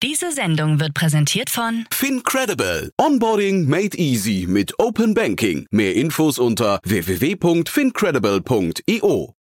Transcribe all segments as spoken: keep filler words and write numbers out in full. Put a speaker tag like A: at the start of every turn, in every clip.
A: Diese Sendung wird präsentiert von
B: FinCredible. Onboarding made easy mit Open Banking. Mehr Infos unter w w w punkt fincredible punkt i o.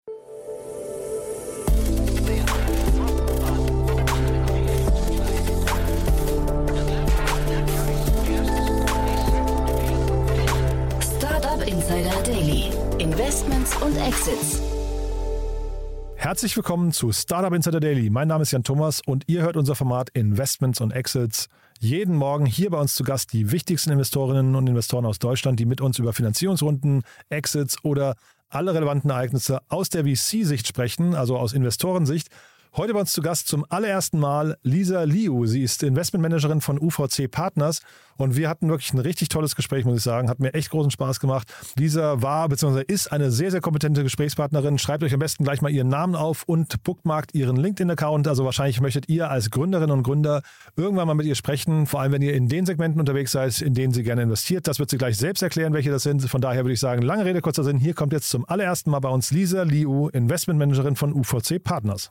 A: Startup Insider Daily. Investments und Exits.
C: Herzlich willkommen zu Startup Insider Daily. Mein Name ist Jan Thomas und ihr hört unser Format Investments und Exits. Jeden Morgen hier bei uns zu Gast die wichtigsten Investorinnen und Investoren aus Deutschland, die mit uns über Finanzierungsrunden, Exits oder alle relevanten Ereignisse aus der V C-Sicht sprechen, also aus Investorensicht. Heute bei uns zu Gast zum allerersten Mal Lisa Liu. Sie ist Investmentmanagerin von U V C Partners und wir hatten wirklich ein richtig tolles Gespräch, muss ich sagen. Hat mir echt großen Spaß gemacht. Lisa war bzw. ist eine sehr, sehr kompetente Gesprächspartnerin. Schreibt euch am besten gleich mal ihren Namen auf und bookmarkt ihren LinkedIn-Account. Also wahrscheinlich möchtet ihr als Gründerinnen und Gründer irgendwann mal mit ihr sprechen, vor allem wenn ihr in den Segmenten unterwegs seid, in denen sie gerne investiert. Das wird sie gleich selbst erklären, welche das sind. Von daher würde ich sagen, lange Rede, kurzer Sinn. Hier kommt jetzt zum allerersten Mal bei uns Lisa Liu, Investmentmanagerin von U V C Partners.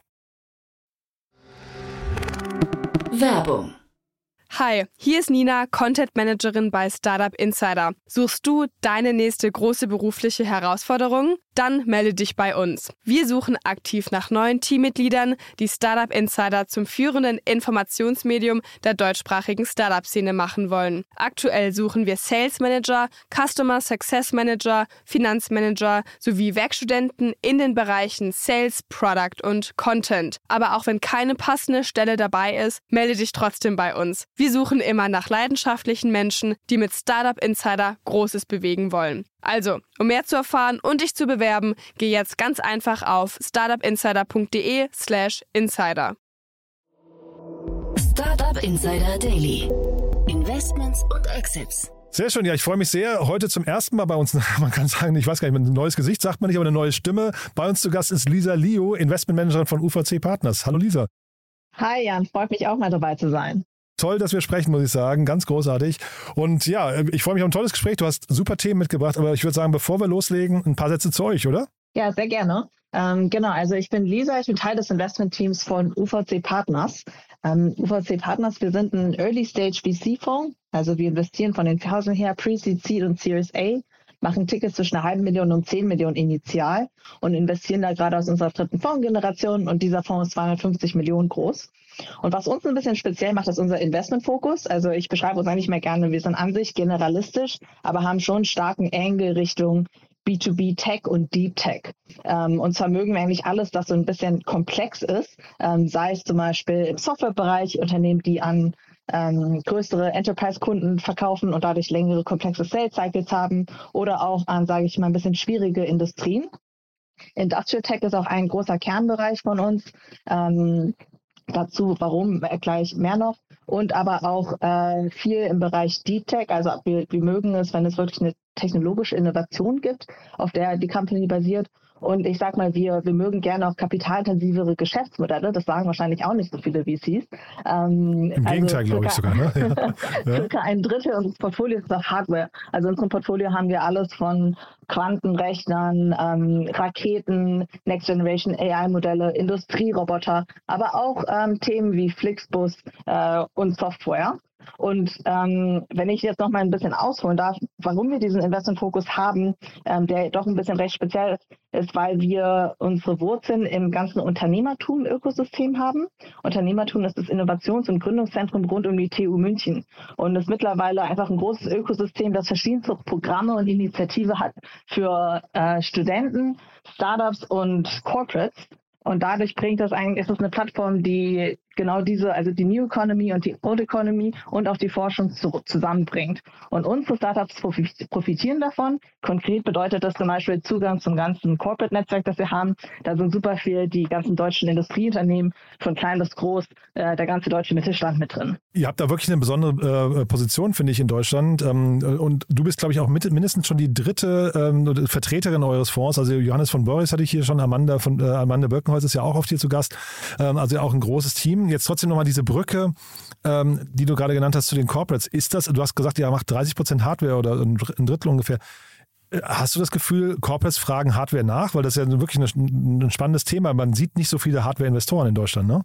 A: Werbung.
D: Hi, hier ist Nina, Content Managerin bei Startup Insider. Suchst du deine nächste große berufliche Herausforderung? Dann melde dich bei uns. Wir suchen aktiv nach neuen Teammitgliedern, die Startup Insider zum führenden Informationsmedium der deutschsprachigen Startup-Szene machen wollen. Aktuell suchen wir Sales Manager, Customer Success Manager, Finanzmanager sowie Werkstudenten in den Bereichen Sales, Product und Content. Aber auch wenn keine passende Stelle dabei ist, melde dich trotzdem bei uns. Wir suchen immer nach leidenschaftlichen Menschen, die mit Startup Insider Großes bewegen wollen. Also, um mehr zu erfahren und dich zu bewerben, geh jetzt ganz einfach auf startupinsider.de slash insider.
A: Startup Insider Daily. Investments und Exits.
C: Sehr schön, ja, ich freue mich sehr. Heute zum ersten Mal bei uns, man kann sagen, ich weiß gar nicht, ein neues Gesicht sagt man nicht, aber eine neue Stimme. Bei uns zu Gast ist Lisa Liu, Investmentmanagerin von U V C Partners. Hallo Lisa.
E: Hi Jan, freut mich auch mal dabei zu sein.
C: Toll, dass wir sprechen, muss ich sagen. Ganz großartig. Und ja, ich freue mich auf ein tolles Gespräch. Du hast super Themen mitgebracht, aber ich würde sagen, bevor wir loslegen, ein paar Sätze zu euch, oder?
E: Ja, sehr gerne. Ähm, genau, also ich bin Lisa, ich bin Teil des Investmentteams von U V C Partners. Ähm, U V C Partners, wir sind ein Early-Stage V C-Fonds, also wir investieren von den Phasen her Pre-Seed, Seed und Series A, machen Tickets zwischen einer halben Million und zehn Millionen initial und investieren da gerade aus unserer dritten Fondsgeneration und dieser Fonds ist zweihundertfünfzig Millionen groß. Und was uns ein bisschen speziell macht, ist unser Investmentfokus. Also ich beschreibe uns eigentlich mehr gerne, wir sind an sich generalistisch, aber haben schon einen starken Angle Richtung B zwei B Tech und Deep Tech. Ähm, und zwar mögen wir eigentlich alles, das so ein bisschen komplex ist, ähm, sei es zum Beispiel im Softwarebereich, Unternehmen, die an ähm, größere Enterprise-Kunden verkaufen und dadurch längere komplexe Sales-Cycles haben oder auch an, sage ich mal, ein bisschen schwierige Industrien. Industrial Tech ist auch ein großer Kernbereich von uns. Ähm, Dazu, warum, gleich mehr noch. Und aber auch äh, viel im Bereich Deep Tech. Also wir, wir mögen es, wenn es wirklich eine technologische Innovation gibt, auf der die Company basiert. Und ich sag mal, wir, wir mögen gerne auch kapitalintensivere Geschäftsmodelle. Das sagen wahrscheinlich auch nicht so viele V Cs. Ähm,
C: Im Gegenteil,
E: also
C: glaube ich sogar. Ne? Ja.
E: Circa ein Drittel unseres Portfolios ist auch Hardware. Also in unserem Portfolio haben wir alles von Quantenrechnern, ähm, Raketen, Next Generation A I-Modelle, Industrieroboter, aber auch ähm, Themen wie Flixbus äh, und Software. Und ähm, wenn ich jetzt noch mal ein bisschen ausholen darf, warum wir diesen Investmentfokus haben, ähm, der doch ein bisschen recht speziell ist, ist, weil wir unsere Wurzeln im ganzen Unternehmertum-Ökosystem haben. Unternehmertum ist das Innovations- und Gründungszentrum rund um die T U München und ist mittlerweile einfach ein großes Ökosystem, das verschiedenste Programme und Initiative hat für äh, Studenten, Startups und Corporates. Und dadurch bringt das eigentlich, ist es eine Plattform, die genau diese, also die New Economy und die Old Economy und auch die Forschung zu, zusammenbringt. Und unsere Startups profitieren davon. Konkret bedeutet das zum Beispiel Zugang zum ganzen Corporate-Netzwerk, das wir haben. Da sind super viel die ganzen deutschen Industrieunternehmen, von klein bis groß, äh, der ganze deutsche Mittelstand mit drin.
C: Ihr habt da wirklich eine besondere äh, Position, finde ich, in Deutschland. Ähm, und du bist, glaube ich, auch mit, mindestens schon die dritte ähm, Vertreterin eures Fonds. Also Johannes von Boris hatte ich hier schon, Amanda von äh, Amanda Birkenholz ist ja auch oft hier zu Gast. Ähm, also auch ein großes Team. Jetzt trotzdem nochmal diese Brücke, ähm, die du gerade genannt hast zu den Corporates. Ist das, du hast gesagt, ihr macht dreißig Prozent Hardware oder ein Drittel ungefähr. Hast du das Gefühl, Corporates fragen Hardware nach? Weil das ist ja wirklich ein, ein spannendes Thema. Man sieht nicht so viele Hardware-Investoren in Deutschland, ne?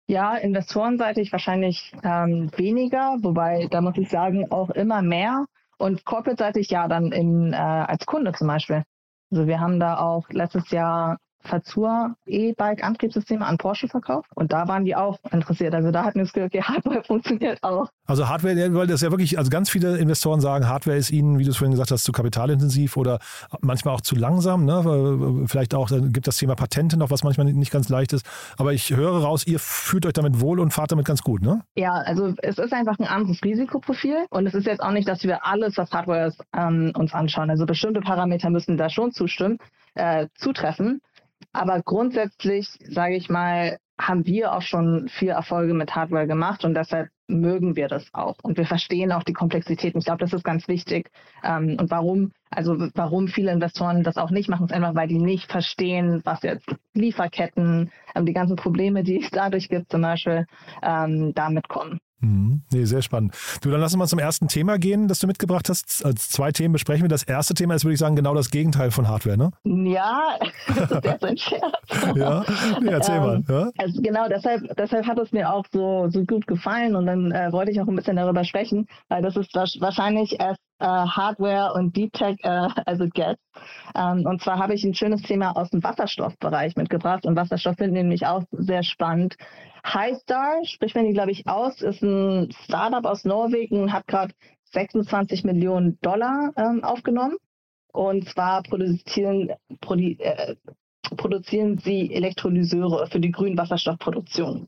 E: Ja, investorenseitig wahrscheinlich ähm, weniger, wobei da muss ich sagen, auch immer mehr. Und corporate-seitig ja dann in, äh, als Kunde zum Beispiel. Also wir haben da auch letztes Jahr Fazur E-Bike-Antriebssysteme an Porsche verkauft und da waren die auch interessiert. Also da hatten wir das Glück, die Hardware funktioniert auch.
C: Also Hardware, weil das ja wirklich, also ganz viele Investoren sagen, Hardware ist ihnen, wie du es vorhin gesagt hast, zu kapitalintensiv oder manchmal auch zu langsam. Ne? Vielleicht auch, dann gibt das Thema Patente noch, was manchmal nicht ganz leicht ist. Aber ich höre raus, ihr fühlt euch damit wohl und fahrt damit ganz gut, ne?
E: Ja, also es ist einfach ein anderes Risikoprofil und es ist jetzt auch nicht, dass wir alles, was Hardware ist, ähm, uns anschauen. Also bestimmte Parameter müssen da schon zustimmen, äh, zutreffen. Aber grundsätzlich, sage ich mal, haben wir auch schon viel Erfolge mit Hardware gemacht und deshalb mögen wir das auch. Und wir verstehen auch die Komplexität. Ich glaube, das ist ganz wichtig. Ähm, und warum, also warum viele Investoren das auch nicht machen, ist einfach, weil die nicht verstehen, was jetzt Lieferketten, ähm, die ganzen Probleme, die es dadurch gibt, zum Beispiel, ähm, damit kommen.
C: Mhm. Nee, sehr spannend. Du, dann lass uns mal zum ersten Thema gehen, das du mitgebracht hast. Als zwei Themen besprechen wir. Das erste Thema ist, würde ich sagen, genau das Gegenteil von Hardware, ne?
E: Ja, das ist jetzt ein Scherz.
C: Ja, nee, erzähl
E: ähm,
C: mal. Ja?
E: Also genau, deshalb, deshalb hat es mir auch so, so gut gefallen und dann äh, wollte ich auch ein bisschen darüber sprechen, weil das ist wahrscheinlich as äh, Hardware und Deep Tech äh, as it gets. Ähm, und zwar habe ich ein schönes Thema aus dem Wasserstoffbereich mitgebracht und Wasserstoff finden wir nämlich auch sehr spannend. Hystar, spricht man die, glaube ich, aus, ist ein Startup aus Norwegen und hat gerade sechsundzwanzig Millionen Dollar ähm, aufgenommen. Und zwar produzieren, produ äh, produzieren sie Elektrolyseure für die Grünwasserstoffproduktion.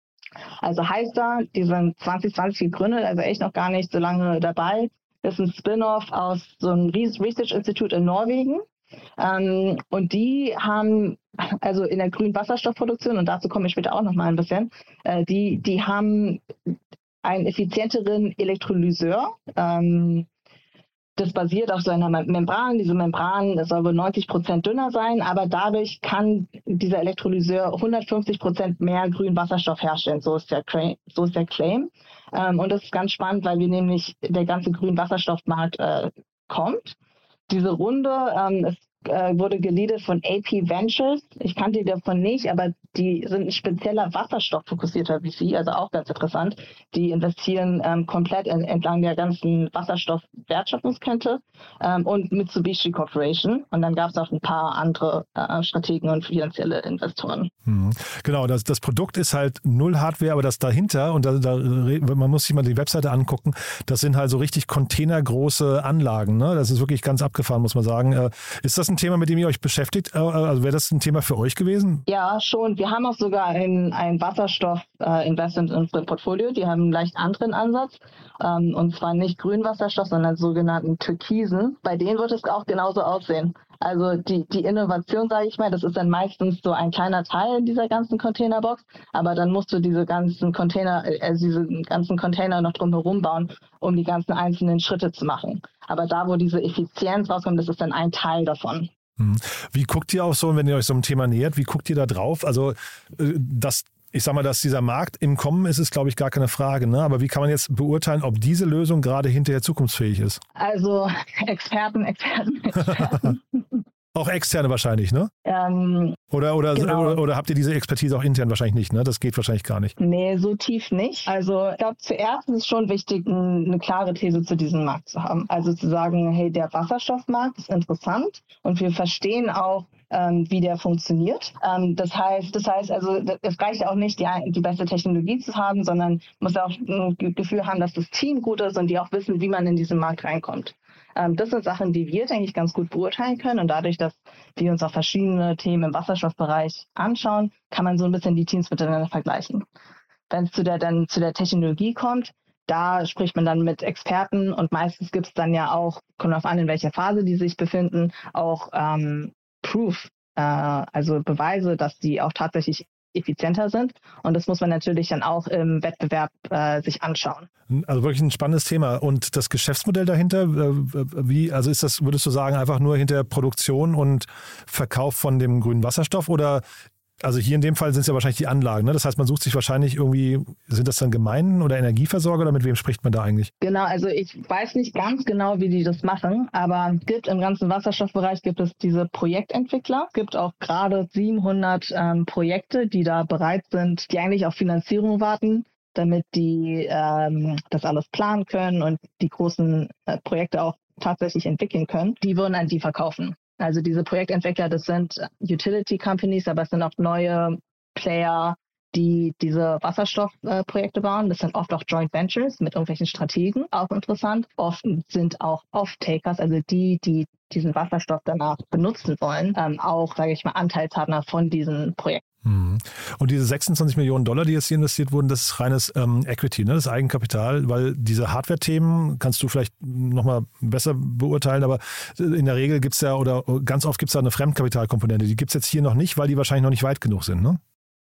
E: Also Hystar, die sind zwanzig zwanzig gegründet, also echt noch gar nicht so lange dabei. Das ist ein Spin-off aus so einem Research-Institut in Norwegen. Ähm, und die haben, also in der grünen Wasserstoffproduktion, und dazu komme ich später auch noch mal ein bisschen, äh, die, die haben einen effizienteren Elektrolyseur. Ähm, das basiert auf so einer Membran. Diese Membran soll wohl neunzig Prozent dünner sein, aber dadurch kann dieser Elektrolyseur hundertfünfzig Prozent mehr grünen Wasserstoff herstellen. So ist der Claim. So ist der Claim. Ähm, und das ist ganz spannend, weil wir nämlich der ganze grünen Wasserstoffmarkt äh, kommt. Diese Runde ähm, ist, äh, wurde geleadet von A P Ventures. Ich kannte die davon nicht, aber die sind ein spezieller wasserstofffokussierter V C, also auch ganz interessant. Die investieren ähm, komplett in, entlang der ganzen Wasserstoff-Wertschöpfungskette ähm, und Mitsubishi Corporation. Und dann gab es auch ein paar andere äh, Strategen und finanzielle Investoren.
C: Mhm. Genau, das, das Produkt ist halt null Hardware, aber das dahinter, und da, da, man muss sich mal die Webseite angucken, das sind halt so richtig containergroße Anlagen. Ne? Das ist wirklich ganz abgefahren, muss man sagen. Äh, ist das ein Thema, mit dem ihr euch beschäftigt? Äh, also wäre das ein Thema für euch gewesen?
E: Ja, schon. Wir haben auch sogar ein, ein Wasserstoff-Investment äh, in unserem Portfolio. Die haben einen leicht anderen Ansatz. Ähm, und zwar nicht Grünwasserstoff, sondern sogenannten Türkisen. Bei denen wird es auch genauso aussehen. Also die, die Innovation, sage ich mal, das ist dann meistens so ein kleiner Teil in dieser ganzen Containerbox. Aber dann musst du diese ganzen Container, also diese ganzen Container noch drumherum bauen, um die ganzen einzelnen Schritte zu machen. Aber da, wo diese Effizienz rauskommt, das ist dann ein Teil davon.
C: Wie guckt ihr auch so, wenn ihr euch so einem Thema nähert, wie guckt ihr da drauf? Also das, ich sag mal, dass dieser Markt im Kommen ist, ist, glaube ich, gar keine Frage. Ne? Aber wie kann man jetzt beurteilen, ob diese Lösung gerade hinterher zukunftsfähig ist?
E: Also Experten, Experten, Experten.
C: Auch externe wahrscheinlich, ne?
E: Ähm,
C: oder, oder,
E: genau.
C: oder, oder habt ihr diese Expertise auch intern wahrscheinlich nicht, ne? Das geht wahrscheinlich gar nicht.
E: Nee, so tief nicht. Also ich glaube, zuerst ist es schon wichtig, eine klare These zu diesem Markt zu haben. Also zu sagen, hey, der Wasserstoffmarkt ist interessant und wir verstehen auch, ähm, wie der funktioniert. Ähm, das heißt, das heißt also, es reicht auch nicht, die, die beste Technologie zu haben, sondern muss auch ein Gefühl haben, dass das Team gut ist und die auch wissen, wie man in diesen Markt reinkommt. Ähm, das sind Sachen, die wir, denke ich, ganz gut beurteilen können. Und dadurch, dass wir uns auch verschiedene Themen im Wasserstoffbereich anschauen, kann man so ein bisschen die Teams miteinander vergleichen. Wenn es zu der, dann zu der Technologie kommt, da spricht man dann mit Experten und meistens gibt es dann ja auch, kommt darauf an, in welcher Phase die sich befinden, auch ähm, Proof, äh, also Beweise, dass die auch tatsächlich effizienter sind. Und das muss man natürlich dann auch im Wettbewerb äh, sich anschauen.
C: Also wirklich ein spannendes Thema. Und das Geschäftsmodell dahinter, wie, also ist das, würdest du sagen, einfach nur hinter Produktion und Verkauf von dem grünen Wasserstoff oder Also hier in dem Fall sind es ja wahrscheinlich die Anlagen, ne? Das heißt, man sucht sich wahrscheinlich irgendwie, sind das dann Gemeinden oder Energieversorger oder mit wem spricht man da eigentlich?
E: Genau, also ich weiß nicht ganz genau, wie die das machen, aber es gibt im ganzen Wasserstoffbereich gibt es diese Projektentwickler. Es gibt auch gerade siebenhundert ähm, Projekte, die da bereit sind, die eigentlich auf Finanzierung warten, damit die ähm, das alles planen können und die großen äh, Projekte auch tatsächlich entwickeln können. Die würden an die verkaufen. Also diese Projektentwickler, das sind Utility Companies, aber es sind auch neue Player, die diese Wasserstoffprojekte äh, bauen. Das sind oft auch Joint Ventures mit irgendwelchen Strategen, auch interessant. Oft sind auch Off-Takers, also die, die diesen Wasserstoff danach benutzen wollen, ähm, auch, sage ich mal, Anteilspartner von diesen Projekten.
C: Und diese sechsundzwanzig Millionen Dollar, die jetzt hier investiert wurden, das ist reines ähm, Equity, ne? Das ist Eigenkapital, weil diese Hardware-Themen kannst du vielleicht nochmal besser beurteilen, aber in der Regel gibt es ja, oder ganz oft gibt es da eine Fremdkapitalkomponente. Die gibt es jetzt hier noch nicht, weil die wahrscheinlich noch nicht weit genug sind, ne?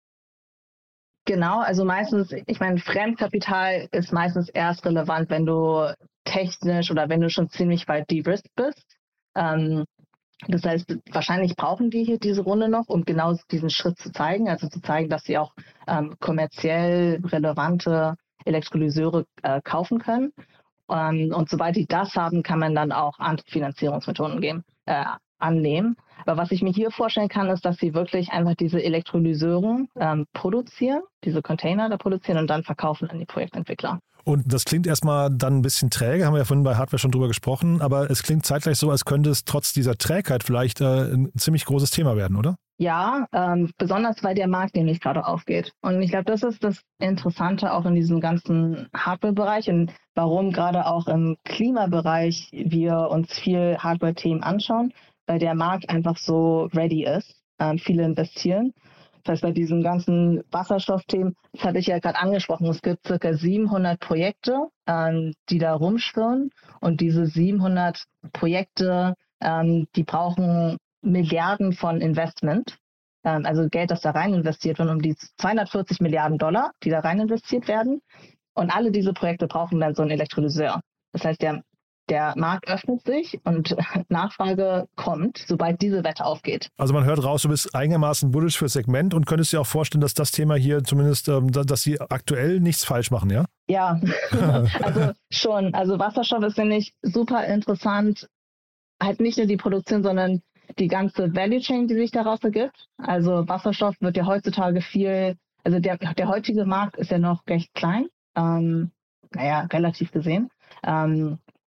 E: Genau, also meistens, ich meine, Fremdkapital ist meistens erst relevant, wenn du technisch oder wenn du schon ziemlich weit de-risked bist. Ähm, Das heißt, wahrscheinlich brauchen die hier diese Runde noch, um genau diesen Schritt zu zeigen, also zu zeigen, dass sie auch ähm, kommerziell relevante Elektrolyseure äh, kaufen können. Ähm, und sobald die das haben, kann man dann auch andere Finanzierungsmethoden geben, äh, annehmen. Aber was ich mir hier vorstellen kann, ist, dass sie wirklich einfach diese Elektrolyseure ähm, produzieren, diese Container da produzieren und dann verkaufen an die Projektentwickler.
C: Und das klingt erstmal dann ein bisschen träge, haben wir ja vorhin bei Hardware schon drüber gesprochen, aber es klingt zeitgleich so, als könnte es trotz dieser Trägheit vielleicht äh, ein ziemlich großes Thema werden, oder?
E: Ja, ähm, besonders weil der Markt nämlich gerade aufgeht. Und ich glaube, das ist das Interessante auch in diesem ganzen Hardware-Bereich und warum gerade auch im Klimabereich wir uns viel Hardware-Themen anschauen, weil der Markt einfach so ready ist, ähm, viele investieren. Das heißt, bei diesen ganzen Wasserstoffthemen, das hatte ich ja gerade angesprochen, es gibt circa siebenhundert Projekte, ähm, die da rumschwirren. Und diese siebenhundert Projekte, ähm, die brauchen Milliarden von Investment, ähm, also Geld, das da rein investiert wird, um die zweihundertvierzig Milliarden Dollar, die da rein investiert werden. Und alle diese Projekte brauchen dann so einen Elektrolyseur. Das heißt, der Der Markt öffnet sich und Nachfrage kommt, sobald diese Wette aufgeht.
C: Also man hört raus, du bist einigermaßen bullish fürs Segment und könntest dir auch vorstellen, dass das Thema hier zumindest, ähm, dass sie aktuell nichts falsch machen, ja?
E: Ja, also schon. Also Wasserstoff ist nämlich super interessant. Halt nicht nur die Produktion, sondern die ganze Value Chain, die sich daraus ergibt. Also Wasserstoff wird ja heutzutage viel, also der, der heutige Markt ist ja noch recht klein. Ähm, naja, relativ gesehen. Ähm,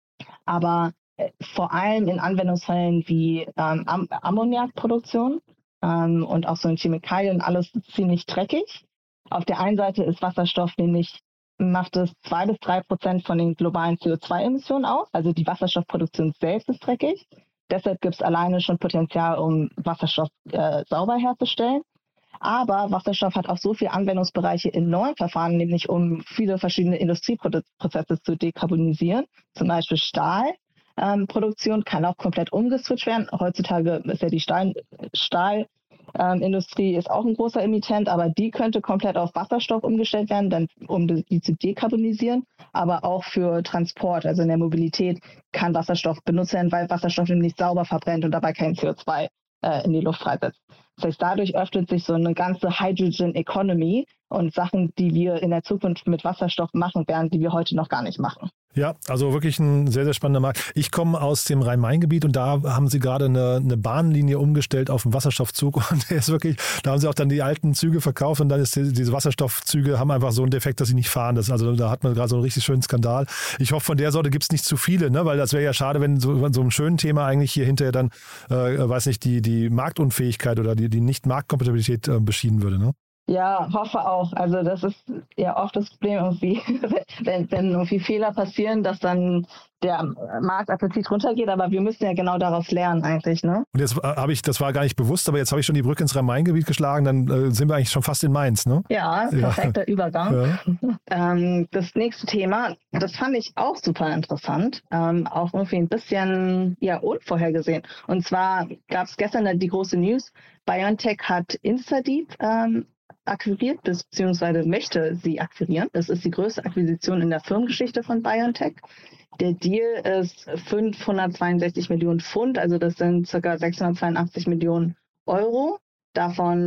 E: aber vor allem in Anwendungsfällen wie ähm, Am- Ammoniakproduktion ähm, und auch so in Chemikalien alles ziemlich dreckig. Auf der einen Seite ist Wasserstoff nämlich, macht es zwei bis drei Prozent von den globalen C O zwei Emissionen aus. Also die Wasserstoffproduktion selbst ist dreckig. Deshalb gibt es alleine schon Potenzial, um Wasserstoff äh, sauber herzustellen. Aber Wasserstoff hat auch so viele Anwendungsbereiche in neuen Verfahren, nämlich um viele verschiedene Industrieprozesse zu dekarbonisieren. Zum Beispiel Stahlproduktion ähm, kann auch komplett umgeswitcht werden. Heutzutage ist ja die Stahl, Stahlindustrie ähm, ist auch ein großer Emittent, aber die könnte komplett auf Wasserstoff umgestellt werden, dann, um die zu dekarbonisieren. Aber auch für Transport, also in der Mobilität, kann Wasserstoff benutzt werden, weil Wasserstoff nämlich sauber verbrennt und dabei kein C O zwei äh, in die Luft freisetzt. Das heißt, dadurch öffnet sich so eine ganze Hydrogen Economy und Sachen, die wir in der Zukunft mit Wasserstoff machen werden, die wir heute noch gar nicht machen.
C: Ja, also wirklich ein sehr, sehr spannender Markt. Ich komme aus dem Rhein-Main-Gebiet und da haben sie gerade eine, eine Bahnlinie umgestellt auf einen Wasserstoffzug und der ist wirklich, da haben sie auch dann die alten Züge verkauft und dann ist die, diese Wasserstoffzüge haben einfach so einen Defekt, dass sie nicht fahren. Das, also da hat man gerade so einen richtig schönen Skandal. Ich hoffe, von der Sorte gibt es nicht zu viele, ne? Weil das wäre ja schade, wenn so, so einem schönen Thema eigentlich hier hinterher dann, äh, weiß nicht, die, die Marktunfähigkeit oder die, die Nicht-Marktkompatibilität äh, beschieden würde, ne?
E: Ja, hoffe auch. Also das ist ja oft das Problem irgendwie, wenn, wenn irgendwie Fehler passieren, dass dann der Marktappetit runtergeht, aber wir müssen ja genau daraus lernen eigentlich, ne?
C: Und jetzt habe ich, das war gar nicht bewusst, aber jetzt habe ich schon die Brücke ins Rhein-Main-Gebiet geschlagen, dann äh, sind wir eigentlich schon fast in Mainz, ne?
E: Ja, perfekter ja. Übergang.
C: Ja.
E: Ähm, das nächste Thema, das fand ich auch super interessant, ähm, auch irgendwie ein bisschen ja unvorhergesehen. Und zwar gab es gestern die große News, BioNTech hat InstaDeep ähm, akquiriert, beziehungsweise möchte sie akquirieren. Das ist die größte Akquisition in der Firmengeschichte von BioNTech. Der Deal ist fünfhundertzweiundsechzig Millionen Pfund, also das sind ca. sechshundertzweiundachtzig Millionen Euro. Davon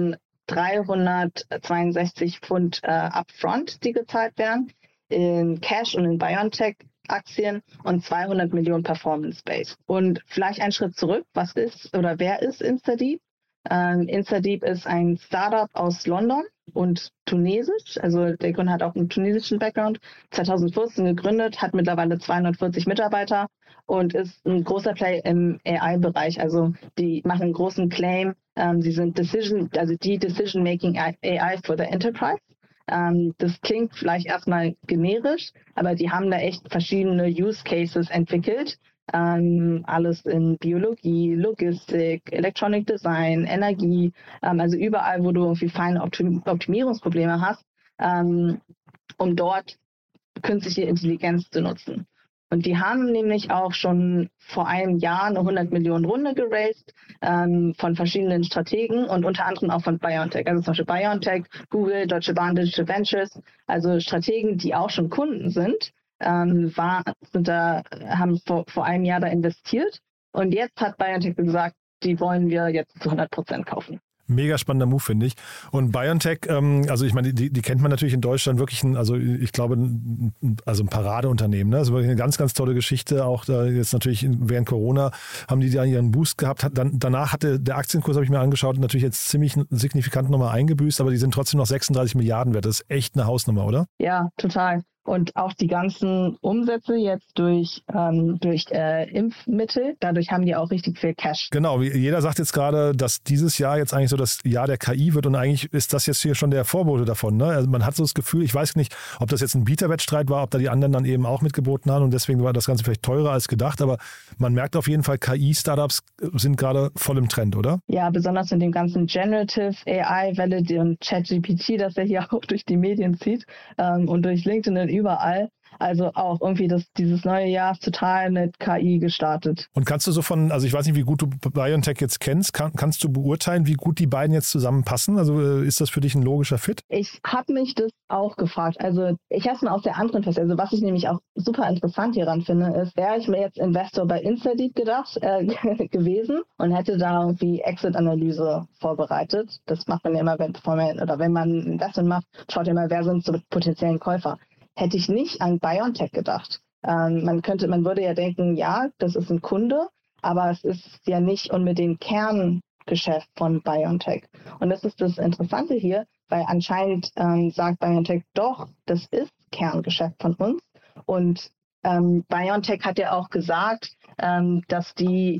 E: dreihundertzweiundsechzig Pfund äh, upfront, die gezahlt werden, in Cash und in BioNTech-Aktien und zweihundert Millionen Performance-Base. Und vielleicht einen Schritt zurück, was ist oder wer ist InstaDeep? Ähm, InstaDeep ist ein Startup aus London und tunesisch, also der Gründer hat auch einen tunesischen Background, zweitausendvierzehn gegründet, hat mittlerweile zweihundertvierzig Mitarbeiter und ist ein großer Play im A I-Bereich. Also die machen einen großen Claim, ähm, sie sind Decision, also die Decision-Making A I for the Enterprise. Ähm, das klingt vielleicht erstmal generisch, aber die haben da echt verschiedene Use Cases entwickelt. Ähm, alles in Biologie, Logistik, Electronic Design, Energie, ähm, also überall, wo du irgendwie feine Optim- Optimierungsprobleme hast, ähm, um dort künstliche Intelligenz zu nutzen. Und die haben nämlich auch schon vor einem Jahr eine hundert Millionen Runde geraced ähm, von verschiedenen Strategen und unter anderem auch von BioNTech. Also zum Beispiel BioNTech, Google, Deutsche Bahn Digital Ventures, also Strategen, die auch schon Kunden sind. Ähm, war, sind da, haben vor, vor einem Jahr da investiert und jetzt hat BioNTech gesagt, die wollen wir jetzt zu hundert Prozent kaufen.
C: Mega spannender Move, finde ich. Und BioNTech, ähm, also ich meine, die, die kennt man natürlich in Deutschland wirklich, ein, also ich glaube, ein, also ein Paradeunternehmen. Ne? Also wirklich eine ganz, ganz tolle Geschichte. Auch da jetzt natürlich während Corona haben die da ihren Boost gehabt. Hat dann, danach hatte der Aktienkurs, habe ich mir angeschaut, natürlich jetzt ziemlich signifikant nochmal eingebüßt, aber die sind trotzdem noch sechsunddreißig Milliarden wert. Das ist echt eine Hausnummer, oder?
E: Ja, total. Und auch die ganzen Umsätze jetzt durch, ähm, durch äh, Impfmittel, dadurch haben die auch richtig viel Cash.
C: Genau, jeder sagt jetzt gerade, dass dieses Jahr jetzt eigentlich so das Jahr der K I wird und eigentlich ist das jetzt hier schon der Vorbote davon. Ne? Also man hat so das Gefühl, ich weiß nicht, ob das jetzt ein Bieterwettstreit war, ob da die anderen dann eben auch mitgeboten haben und deswegen war das Ganze vielleicht teurer als gedacht, aber man merkt auf jeden Fall, K I-Startups sind gerade voll im Trend, oder?
E: Ja, besonders in dem ganzen Generative A I-Welle und ChatGPT, das ja hier auch durch die Medien zieht ähm, und durch LinkedIn und überall. Also auch irgendwie das, dieses neue Jahr ist total mit K I gestartet.
C: Und kannst du so von, also ich weiß nicht, wie gut du BioNTech jetzt kennst, kann, kannst du beurteilen, wie gut die beiden jetzt zusammenpassen? Also ist das für dich ein logischer Fit?
E: Ich habe mich das auch gefragt. Also ich habe es mal aus der anderen Fest. Also was ich nämlich auch super interessant hieran finde, ist, wäre ich mir jetzt Investor bei InstaDeep gedacht äh, gewesen und hätte da irgendwie Exit-Analyse vorbereitet. Das macht man ja immer, wenn, bevor man, oder wenn man ein Investment macht, schaut ja mal, wer sind so potenziellen Käufer. Hätte ich nicht an BioNTech gedacht. Ähm, man könnte, man würde ja denken, ja, das ist ein Kunde, aber es ist ja nicht unbedingt Kerngeschäft von BioNTech. Und das ist das Interessante hier, weil anscheinend ähm, sagt BioNTech doch, das ist Kerngeschäft von uns. Und ähm, BioNTech hat ja auch gesagt, ähm, dass die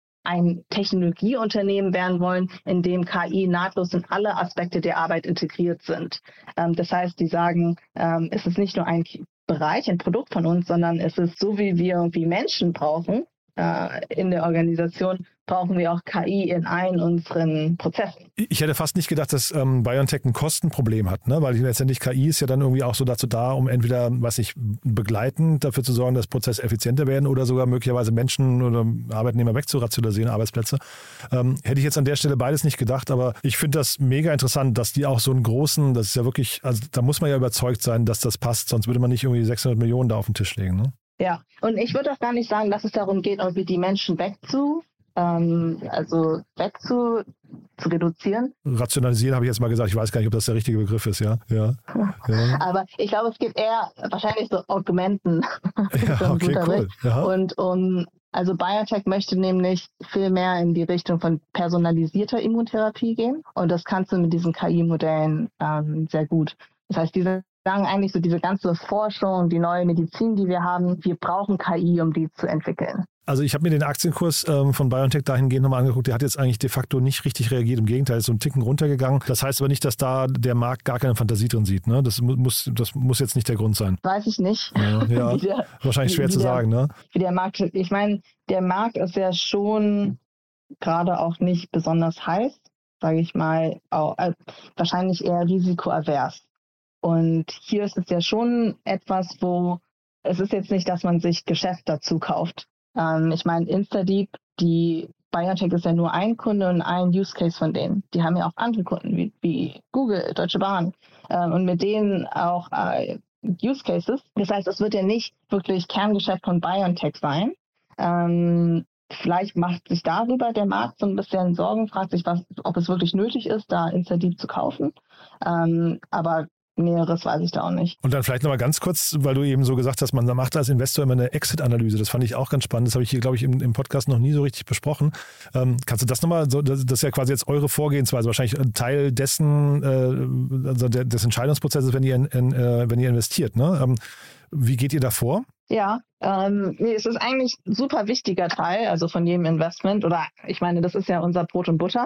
E: ein Technologieunternehmen werden wollen, in dem K I nahtlos in alle Aspekte der Arbeit integriert sind. Ähm, das heißt, die sagen, ähm, es ist nicht nur ein Bereich, ein Produkt von uns, sondern es ist so, wie wir irgendwie Menschen brauchen äh, in der Organisation, brauchen wir auch K I in allen unseren Prozessen.
C: Ich hätte fast nicht gedacht, dass ähm, BioNTech ein Kostenproblem hat, ne? Weil letztendlich K I ist ja dann irgendwie auch so dazu da, um entweder, was ich begleitend dafür zu sorgen, dass Prozesse effizienter werden oder sogar möglicherweise Menschen oder Arbeitnehmer wegzurationalisieren, Arbeitsplätze. Ähm, hätte ich jetzt an der Stelle beides nicht gedacht, aber ich finde das mega interessant, dass die auch so einen großen, das ist ja wirklich, also da muss man ja überzeugt sein, dass das passt, sonst würde man nicht irgendwie sechshundert Millionen da auf den Tisch legen, ne?
E: Ja, und ich würde auch gar nicht sagen, dass es darum geht, irgendwie die Menschen wegzu Ähm, also weg zu, zu reduzieren.
C: Rationalisieren habe ich jetzt mal gesagt. Ich weiß gar nicht, ob das der richtige Begriff ist, ja. ja. ja.
E: Aber ich glaube, es geht eher wahrscheinlich so augmenten.
C: Ja, okay, cool. Ja.
E: Und um, also BioNTech möchte nämlich viel mehr in die Richtung von personalisierter Immuntherapie gehen. Und das kannst du mit diesen K I-Modellen ähm, sehr gut. Das heißt, diese sagen eigentlich so diese ganze Forschung, die neue Medizin, die wir haben, wir brauchen K I, um die zu entwickeln.
C: Also ich habe mir den Aktienkurs ähm, von BioNTech dahingehend nochmal angeguckt, der hat jetzt eigentlich de facto nicht richtig reagiert, im Gegenteil, ist so einen Ticken runtergegangen. Das heißt aber nicht, dass da der Markt gar keine Fantasie drin sieht, ne? Das muss, das muss jetzt nicht der Grund sein.
E: Weiß ich nicht.
C: Ja, ja.
E: der,
C: wahrscheinlich schwer zu
E: der,
C: sagen, ne?
E: Wie der Markt, ich meine, der Markt ist ja schon gerade auch nicht besonders heiß, sage ich mal, auch, äh, wahrscheinlich eher risikoavers. Und hier ist es ja schon etwas, wo es ist jetzt nicht, dass man sich Geschäft dazu kauft. Ähm, ich meine, InstaDeep, die BioNTech ist ja nur ein Kunde und ein Use Case von denen. Die haben ja auch andere Kunden wie, wie Google, Deutsche Bahn ähm, und mit denen auch äh, Use Cases. Das heißt, es wird ja nicht wirklich Kerngeschäft von BioNTech sein. Ähm, vielleicht macht sich darüber der Markt so ein bisschen Sorgen, fragt sich, was, ob es wirklich nötig ist, da InstaDeep zu kaufen. Ähm, aber Näheres weiß ich da auch nicht.
C: Und dann vielleicht nochmal ganz kurz, weil du eben so gesagt hast, man macht als Investor immer eine Exit-Analyse. Das fand ich auch ganz spannend. Das habe ich hier, glaube ich, im, im Podcast noch nie so richtig besprochen. Ähm, kannst du das nochmal, so, das, das ist ja quasi jetzt eure Vorgehensweise, wahrscheinlich ein Teil dessen, äh, also der, des Entscheidungsprozesses, wenn ihr, in, in, äh, wenn ihr investiert. Ne? Ähm, wie geht ihr da vor?
E: Ja, ähm, nee, es ist eigentlich ein super wichtiger Teil, also von jedem Investment. Oder ich meine, das ist ja unser Brot und Butter.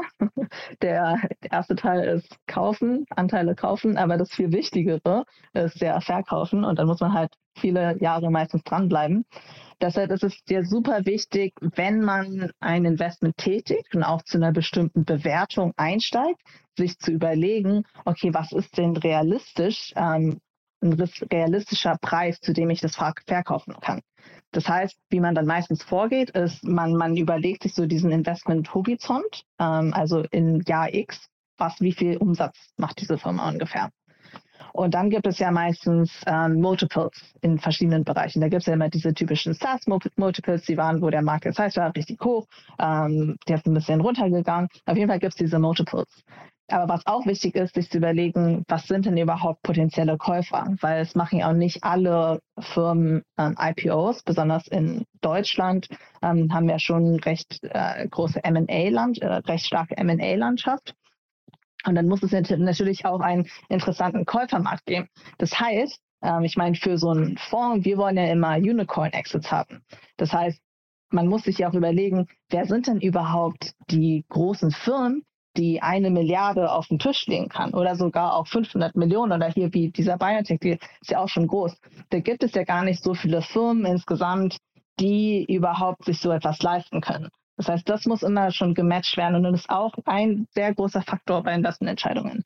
E: Der erste Teil ist kaufen, Anteile kaufen, aber das viel Wichtigere ist ja verkaufen. Und dann muss man halt viele Jahre meistens dranbleiben. Deshalb ist es dir super wichtig, wenn man ein Investment tätigt und auch zu einer bestimmten Bewertung einsteigt, sich zu überlegen, okay, was ist denn realistisch, ähm, ein realistischer Preis, zu dem ich das verkaufen kann. Das heißt, wie man dann meistens vorgeht, ist, man, man überlegt sich so diesen Investment-Horizont, ähm, also in Jahr X, was, wie viel Umsatz macht diese Firma ungefähr. Und dann gibt es ja meistens ähm, Multiples in verschiedenen Bereichen. Da gibt es ja immer diese typischen SaaS-Multiples, die waren, wo der Markt jetzt heißt, war richtig hoch, ähm, die ist ein bisschen runtergegangen. Auf jeden Fall gibt es diese Multiples. Aber was auch wichtig ist, sich zu überlegen, was sind denn überhaupt potenzielle Käufer? Weil es machen ja auch nicht alle Firmen ähm, I P Os, besonders in Deutschland ähm, haben wir schon recht äh, große M and A-Land, äh, recht starke M and A-Landschaft. Und dann muss es natürlich auch einen interessanten Käufermarkt geben. Das heißt, ähm, ich meine, für so einen Fonds, wir wollen ja immer Unicorn-Exits haben. Das heißt, man muss sich ja auch überlegen, wer sind denn überhaupt die großen Firmen, die eine Milliarde auf den Tisch legen kann oder sogar auch fünfhundert Millionen oder hier wie dieser Biotech, die ist ja auch schon groß. Da gibt es ja gar nicht so viele Firmen insgesamt, die überhaupt sich so etwas leisten können. Das heißt, das muss immer schon gematcht werden und das ist auch ein sehr großer Faktor bei Investmententscheidungen.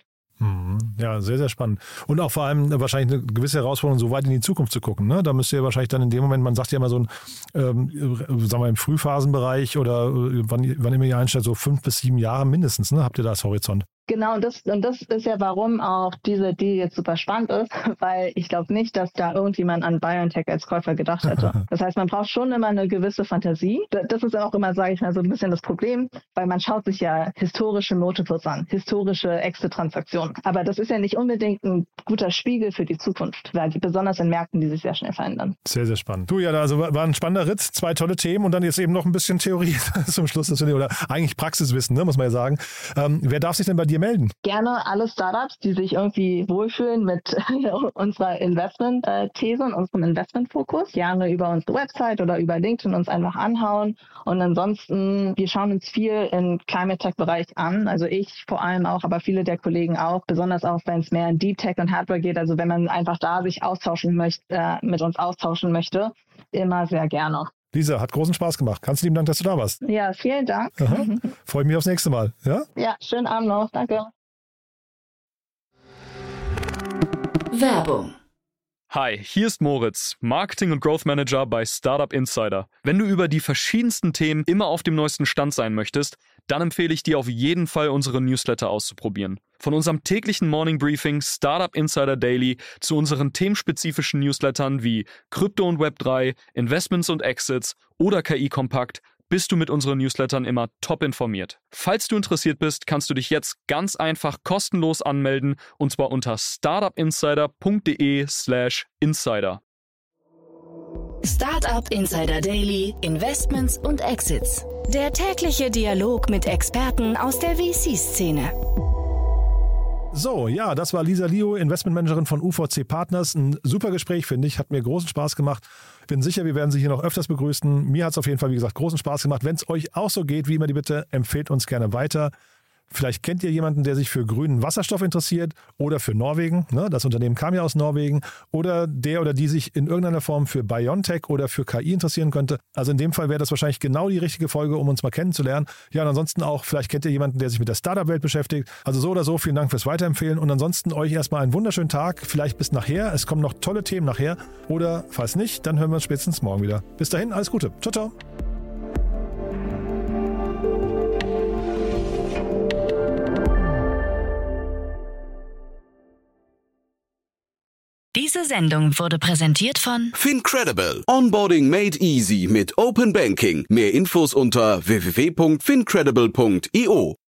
C: Ja, sehr, sehr spannend. Und auch vor allem wahrscheinlich eine gewisse Herausforderung, so weit in die Zukunft zu gucken. Ne? Da müsst ihr wahrscheinlich dann in dem Moment, man sagt ja immer so ein, ähm, sagen wir im Frühphasenbereich oder wann, wann immer ihr einstellt, so fünf bis sieben Jahre mindestens, ne? Habt ihr da als Horizont?
E: Genau, und das, und das ist ja, warum auch diese Deal jetzt super spannend ist, weil ich glaube nicht, dass da irgendjemand an BioNTech als Käufer gedacht hätte. Das heißt, man braucht schon immer eine gewisse Fantasie. Das ist auch immer, sage ich mal, so ein bisschen das Problem, weil man schaut sich ja historische Multiples an, historische Exit-Transaktionen. Aber das ist ja nicht unbedingt ein guter Spiegel für die Zukunft, weil die, besonders in Märkten, die sich sehr schnell verändern.
C: Sehr, sehr spannend. Du, ja, also war ein spannender Ritt, zwei tolle Themen und dann jetzt eben noch ein bisschen Theorie zum Schluss, das oder eigentlich Praxiswissen, ne, muss man ja sagen. Ähm, wer darf sich denn bei dir melden?
E: Gerne alle Startups, die sich irgendwie wohlfühlen mit unserer Investment-These und unserem Investmentfokus. Gerne über unsere Website oder über LinkedIn uns einfach anhauen. Und ansonsten, wir schauen uns viel im Climate Tech-Bereich an. Also ich vor allem auch, aber viele der Kollegen auch. Besonders auch, wenn es mehr in Deep Tech und Hardware geht. Also wenn man einfach da sich austauschen möchte, äh, mit uns austauschen möchte, immer sehr gerne.
C: Lisa, hat großen Spaß gemacht. Ganz lieben Dank, dass du da warst.
E: Ja, vielen Dank.
C: Freue mich aufs nächste Mal. Ja?
E: Ja, schönen Abend noch. Danke.
A: Werbung.
F: Hi, hier ist Moritz, Marketing- und Growth Manager bei Startup Insider. Wenn du über die verschiedensten Themen immer auf dem neuesten Stand sein möchtest, dann empfehle ich dir auf jeden Fall, unsere Newsletter auszuprobieren. Von unserem täglichen Morning Briefing Startup Insider Daily zu unseren themenspezifischen Newslettern wie Krypto und Web drei, Investments und Exits oder K I-Kompakt, bist du mit unseren Newslettern immer top informiert. Falls du interessiert bist, kannst du dich jetzt ganz einfach kostenlos anmelden und zwar unter startupinsider.de slash insider.
A: Startup Insider Daily, Investments und Exits. Der tägliche Dialog mit Experten aus der V C-Szene.
C: So, ja, das war Lisa Lio, Investmentmanagerin von U V C Partners. Ein super Gespräch, finde ich. Hat mir großen Spaß gemacht. Bin sicher, wir werden Sie hier noch öfters begrüßen. Mir hat es auf jeden Fall, wie gesagt, großen Spaß gemacht. Wenn es euch auch so geht, wie immer die Bitte, empfehlt uns gerne weiter. Vielleicht kennt ihr jemanden, der sich für grünen Wasserstoff interessiert oder für Norwegen. Ne? Das Unternehmen kam ja aus Norwegen. Oder der oder die sich in irgendeiner Form für BioNTech oder für K I interessieren könnte. Also in dem Fall wäre das wahrscheinlich genau die richtige Folge, um uns mal kennenzulernen. Ja, und ansonsten auch, vielleicht kennt ihr jemanden, der sich mit der Startup-Welt beschäftigt. Also so oder so, vielen Dank fürs Weiterempfehlen. Und ansonsten euch erstmal einen wunderschönen Tag. Vielleicht bis nachher. Es kommen noch tolle Themen nachher. Oder falls nicht, dann hören wir uns spätestens morgen wieder. Bis dahin, alles Gute. Ciao, ciao.
A: Diese Sendung wurde präsentiert von
B: FinCredible. Onboarding made easy mit Open Banking. Mehr Infos unter w w w punkt fincredible punkt i o.